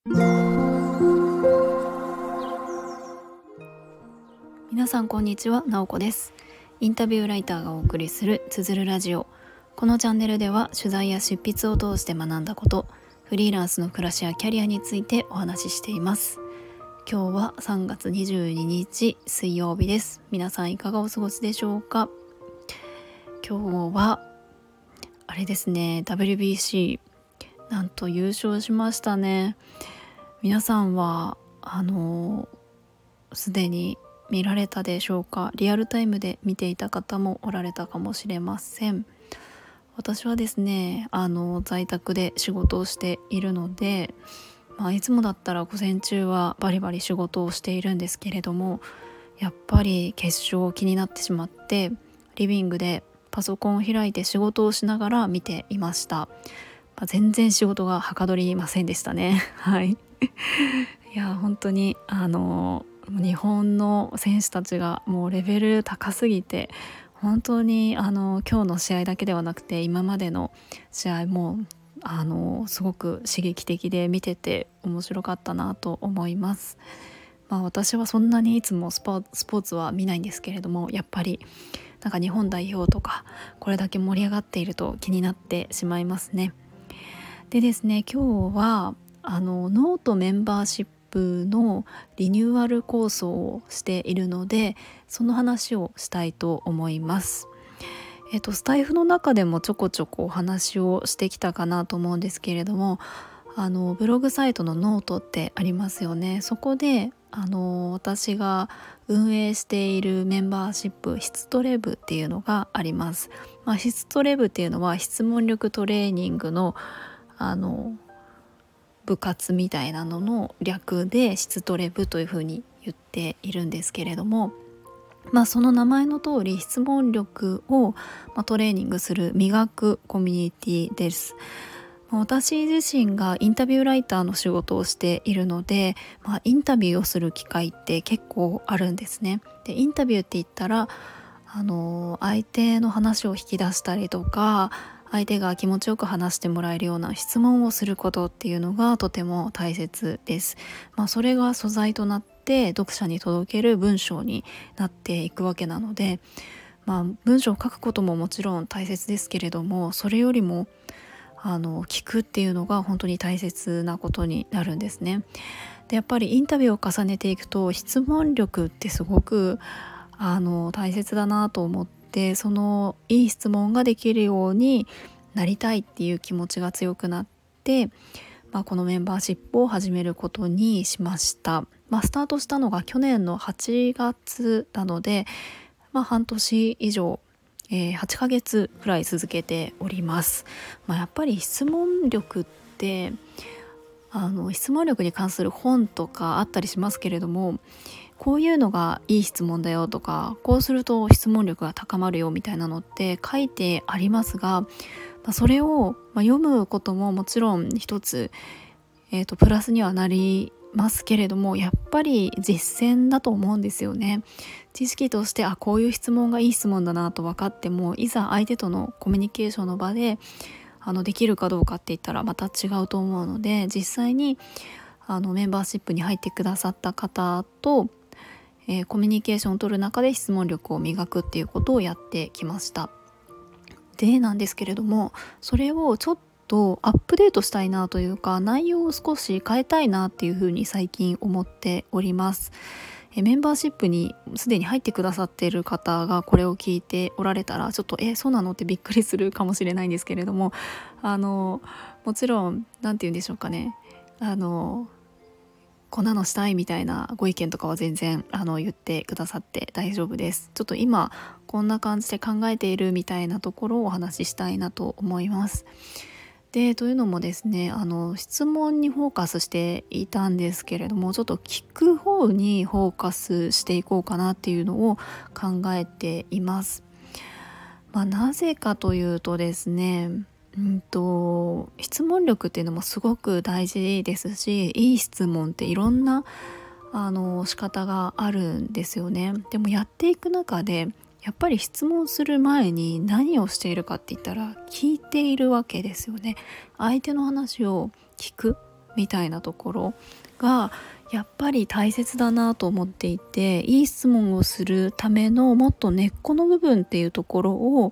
皆さんこんにちは、なおこです。インタビューライターがお送りするつづるラジオ。このチャンネルでは取材や執筆を通して学んだこと、フリーランスの暮らしやキャリアについてお話ししています。今日は3月22日水曜日です。皆さんいかがお過ごしでしょうか。今日はあれですね、 WBC なんと優勝しましたね。皆さんはすでに見られたでしょうか。リアルタイムで見ていた方もおられたかもしれません。私はですね、在宅で仕事をしているので、いつもだったら午前中はバリバリ仕事をしているんですけれども、やっぱり決勝気になってしまって、リビングでパソコンを開いて仕事をしながら見ていました。全然仕事がはかどりませんでしたね。はいいや本当に日本の選手たちがもうレベル高すぎて、本当に今日の試合だけではなくて今までの試合もすごく刺激的で見てて面白かったなと思います。私はそんなにいつもスポーツは見ないんですけれども、やっぱりなんか日本代表とかこれだけ盛り上がっていると気になってしまいますね。でですね、今日はノートメンバーシップのリニューアル構想をしているので、その話をしたいと思います。スタイフの中でもちょこちょこお話をしてきたかなと思うんですけれども、ブログサイトのノートってありますよね。そこで私が運営しているメンバーシップ質トレブっていうのがあります。質トレブっていうのは質問力トレーニングの部活みたいなのの略で質トレブというふうに言っているんですけれども、その名前の通り質問力をトレーニングする磨くコミュニティです。私自身がインタビューライターの仕事をしているので、インタビューをする機会って結構あるんですね。でインタビューって言ったら相手の話を引き出したりとか、相手が気持ちよく話してもらえるような質問をすることっていうのがとても大切です。それが素材となって読者に届ける文章になっていくわけなので、文章を書くことももちろん大切ですけれども、それよりも聞くっていうのが本当に大切なことになるんですね。でやっぱりインタビューを重ねていくと質問力ってすごく大切だなと思って、そのいい質問ができるようになりたいっていう気持ちが強くなって、このメンバーシップを始めることにしました。スタートしたのが去年の8月なので、半年以上、8ヶ月くらい続けております。やっぱり質問力って質問力に関する本とかあったりしますけれども、こういうのがいい質問だよとか、こうすると質問力が高まるよみたいなのって書いてありますが、それを読むことももちろん一つ、プラスにはなりますけれども、やっぱり実践だと思うんですよね。知識としてこういう質問がいい質問だなと分かっても、いざ相手とのコミュニケーションの場でできるかどうかって言ったらまた違うと思うので、実際にメンバーシップに入ってくださった方と、コミュニケーションを取る中で質問力を磨くっていうことをやってきました。でなんですけれども、それをちょっとアップデートしたいなというか、内容を少し変えたいなっていうふうに最近思っております。メンバーシップにすでに入ってくださっている方がこれを聞いておられたら、ちょっとそうなのってびっくりするかもしれないんですけれども、もちろんなんて言うんでしょうかね、こんなのしたいみたいなご意見とかは全然言ってくださって大丈夫です。ちょっと今こんな感じで考えているみたいなところをお話ししたいなと思います。でというのもですね、質問にフォーカスしていたんですけれども、ちょっと聞く方にフォーカスしていこうかなっていうのを考えています。なぜかというとですね、質問力っていうのもすごく大事ですし、いい質問っていろんな仕方があるんですよね。でもやっていく中でやっぱり質問する前に何をしているかって言ったら聞いているわけですよね。相手の話を聞く。 みたいなところがやっぱり大切だなと思っていて、いい質問をするためのもっと根っこの部分っていうところを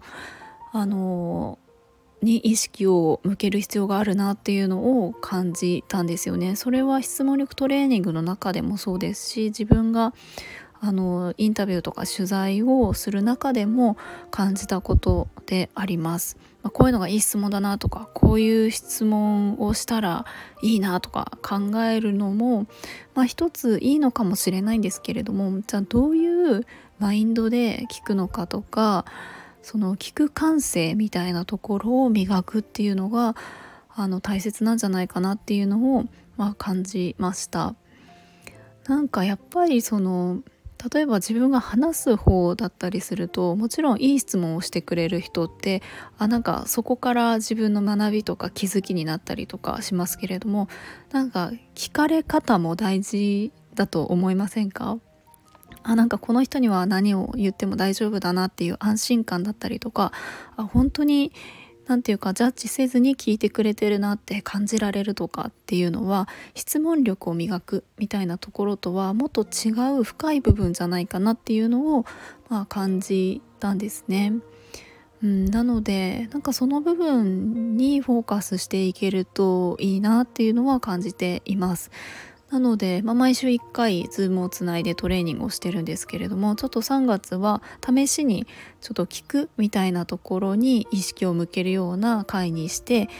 に意識を向ける必要があるなっていうのを感じたんですよね。それは質問力トレーニングの中でもそうですし、自分がインタビューとか取材をする中でも感じたことであります。こういうのがいい質問だなとか、こういう質問をしたらいいなとか考えるのも、一ついいのかもしれないんですけれども、じゃあどういうマインドで聞くのかとか、その聞く感性みたいなところを磨くっていうのが大切なんじゃないかなっていうのを、感じました。なんかやっぱり例えば自分が話す方だったりすると、もちろんいい質問をしてくれる人ってなんかそこから自分の学びとか気づきになったりとかしますけれども、なんか聞かれ方も大事だと思いませんか？なんかこの人には何を言っても大丈夫だなっていう安心感だったりとか、本当になんていうかジャッジせずに聞いてくれてるなって感じられるとかっていうのは、質問力を磨くみたいなところとはもっと違う深い部分じゃないかなっていうのを、感じたんですね。なのでなんかその部分にフォーカスしていけるといいなっていうのは感じています。なので、毎週1回ズームをつないでトレーニングをしてるんですけれども、ちょっと3月は試しにちょっと聞くみたいなところに意識を向けるような回にして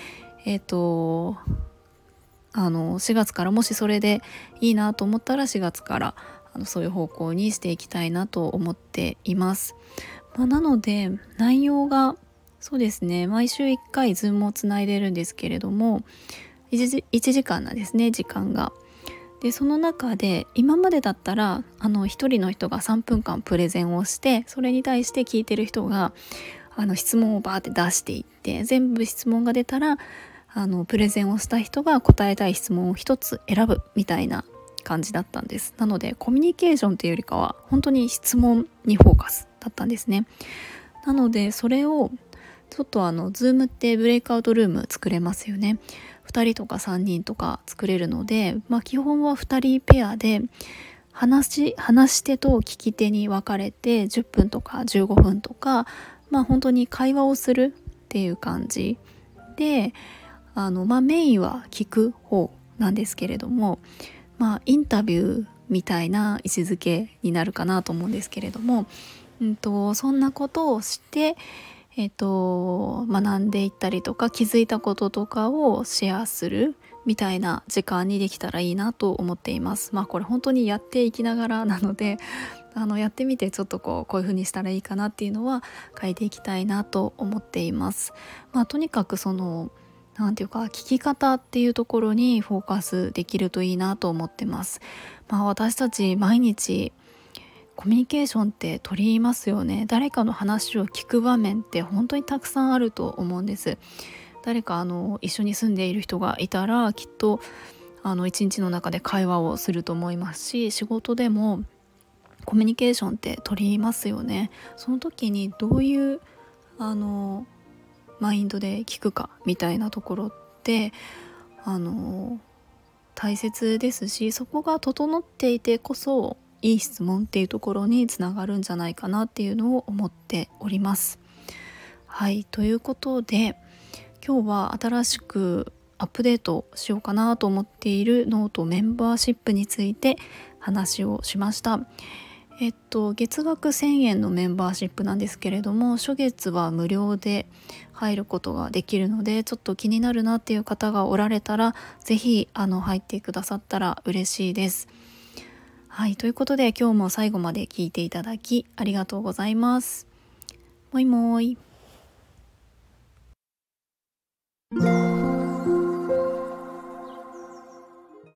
、4月からもしそれでいいなと思ったら4月からそういう方向にしていきたいなと思っています。なので内容がそうですね、毎週1回ズームをつないでるんですけれども、1時間なんですね、時間が。でその中で今までだったら一人の人が3分間プレゼンをして、それに対して聞いてる人が質問をバーって出していって、全部質問が出たらプレゼンをした人が答えたい質問を一つ選ぶみたいな感じだったんです。なのでコミュニケーションというよりかは本当に質問にフォーカスだったんですね。なのでそれをちょっとZoom ってブレイクアウトルーム作れますよね。2人とか3人とか作れるので、基本は2人ペアで話し手と聞き手に分かれて10分とか15分とか、本当に会話をするっていう感じで、メインは聞く方なんですけれども、インタビューみたいな位置づけになるかなと思うんですけれども、そんなことをして学んでいったりとか気づいたこととかをシェアするみたいな時間にできたらいいなと思っています。これ本当にやっていきながらなのでやってみてちょっとこういう風にしたらいいかなっていうのは変えていきたいなと思っています。とにかくなんていうか聞き方っていうところにフォーカスできるといいなと思ってます。私たち毎日コミュニケーションって取りますよね。誰かの話を聞く場面って本当にたくさんあると思うんです。誰か一緒に住んでいる人がいたらきっと一日の中で会話をすると思いますし、仕事でもコミュニケーションって取りますよね。その時にどういうマインドで聞くかみたいなところって大切ですし、そこが整っていてこそいい質問っていうところにつながるんじゃないかなっていうのを思っております。はい、ということで今日は新しくアップデートしようかなと思っているノートメンバーシップについて話をしました。月額1000円のメンバーシップなんですけれども、初月は無料で入ることができるので、ちょっと気になるなっていう方がおられたらぜひ入ってくださったら嬉しいです。はい、ということで今日も最後まで聞いていただきありがとうございます。もいもーい。